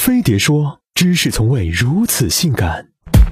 飞碟说，知识从未如此性感。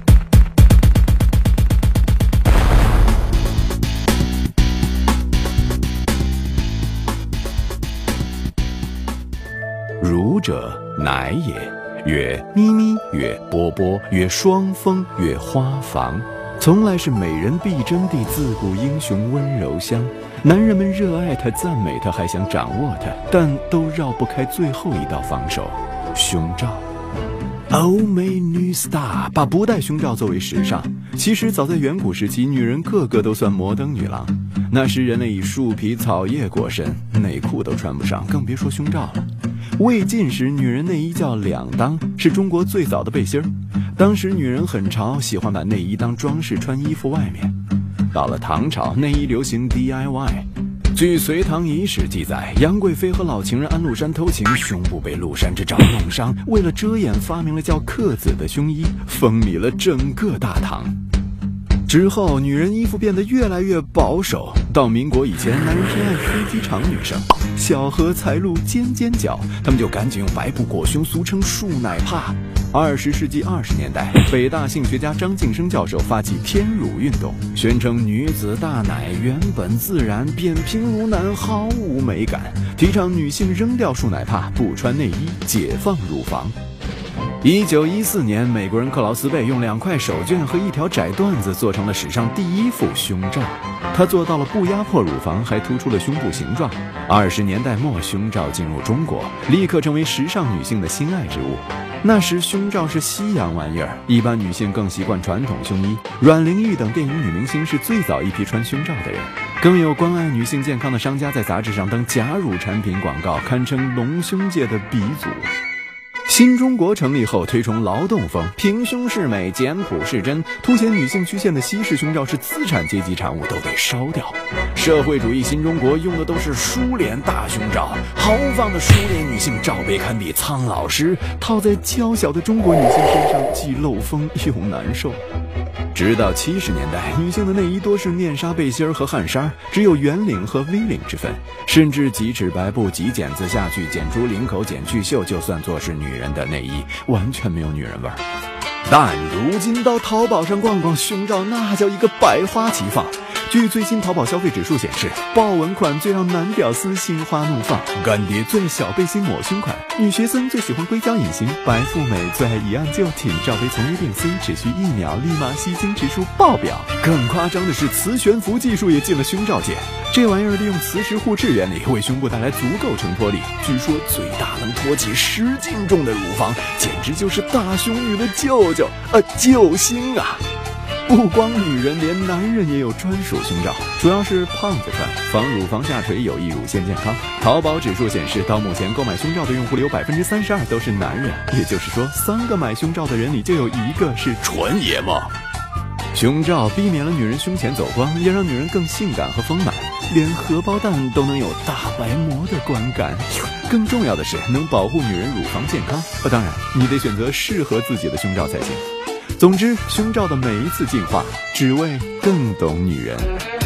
儒者，乃也。曰咪咪，曰波波，曰双峰，曰花房。从来是美人必争地，自古英雄温柔乡。男人们热爱她，赞美她，还想掌握她，但都绕不开最后一道防守——胸罩。欧美女 star 把不戴胸罩作为时尚。其实早在远古时期，女人个个都算摩登女郎。那时人类以树皮草叶裹身，内裤都穿不上，更别说胸罩了。魏晋时，女人内衣叫两裆，是中国最早的背心儿。当时女人很潮，喜欢把内衣当装饰穿衣服外面。到了唐朝，内衣流行 DIY。据《隋唐遗史》记载，杨贵妃和老情人安禄山偷情，胸部被禄山之爪弄伤，为了遮掩，发明了叫克子的胸衣，风靡了整个大唐。之后，女人衣服变得越来越保守。到民国以前，男人偏爱飞机场女生，小荷才露尖尖角，他们就赶紧用白布裹胸，俗称束奶帕。20世纪20年代，北大性学家张晋生教授发起天乳运动，宣称女子大奶原本自然，扁平如男，毫无美感，提倡女性扔掉束奶帕，不穿内衣，解放乳房。1914年，美国人克劳斯贝用2块手绢和一条窄缎子做成了史上第一副胸罩。他做到了不压迫乳房，还突出了胸部形状。20年代末，胸罩进入中国，立刻成为时尚女性的心爱之物。那时胸罩是西洋玩意儿，一般女性更习惯传统胸衣。阮玲玉等电影女明星是最早一批穿胸罩的人，更有关爱女性健康的商家在杂志上登假乳产品广告，堪称隆胸界的鼻祖。新中国成立后，推崇劳动风，平胸是美，简朴是真，凸显女性曲线的西式胸罩是资产阶级产物，都得烧掉。社会主义新中国用的都是梳脸大胸罩，豪放的梳脸女性罩杯堪比苍老师，套在娇小的中国女性身上，既漏风又难受。直到70年代，女性的内衣多是面纱背心和汗衫，只有圆领和 V 领之分，甚至几尺白布挤剪子下去，剪出领口，剪去袖，就算作是女人的内衣，完全没有女人味儿。但如今到淘宝上逛逛，胸罩那叫一个百花齐放。据最新淘宝消费指数显示，豹纹款最让男屌丝心花怒放，干爹最爱小背心抹胸款，女学生最喜欢硅胶隐形，白富美最爱一按就挺，罩杯从 A 变 C 只需1秒，立马吸睛指数爆表。更夸张的是，磁悬浮技术也进了胸罩界，这玩意儿利用磁石互斥原理，为胸部带来足够承托力，据说最大能托起10斤重的乳房，简直就是大胸女的救星啊！不光女人，连男人也有专属胸罩，主要是胖子穿，防乳房下垂，有益乳腺健康。淘宝指数显示，到目前购买胸罩的用户里有32%都是男人，也就是说，3个买胸罩的人里就有1个是纯爷们。胸罩避免了女人胸前走光，也让女人更性感和丰满，连荷包蛋都能有大白膜的观感。更重要的是，能保护女人乳房健康。当然，你得选择适合自己的胸罩才行。总之，胸罩的每一次进化，只为更懂女人。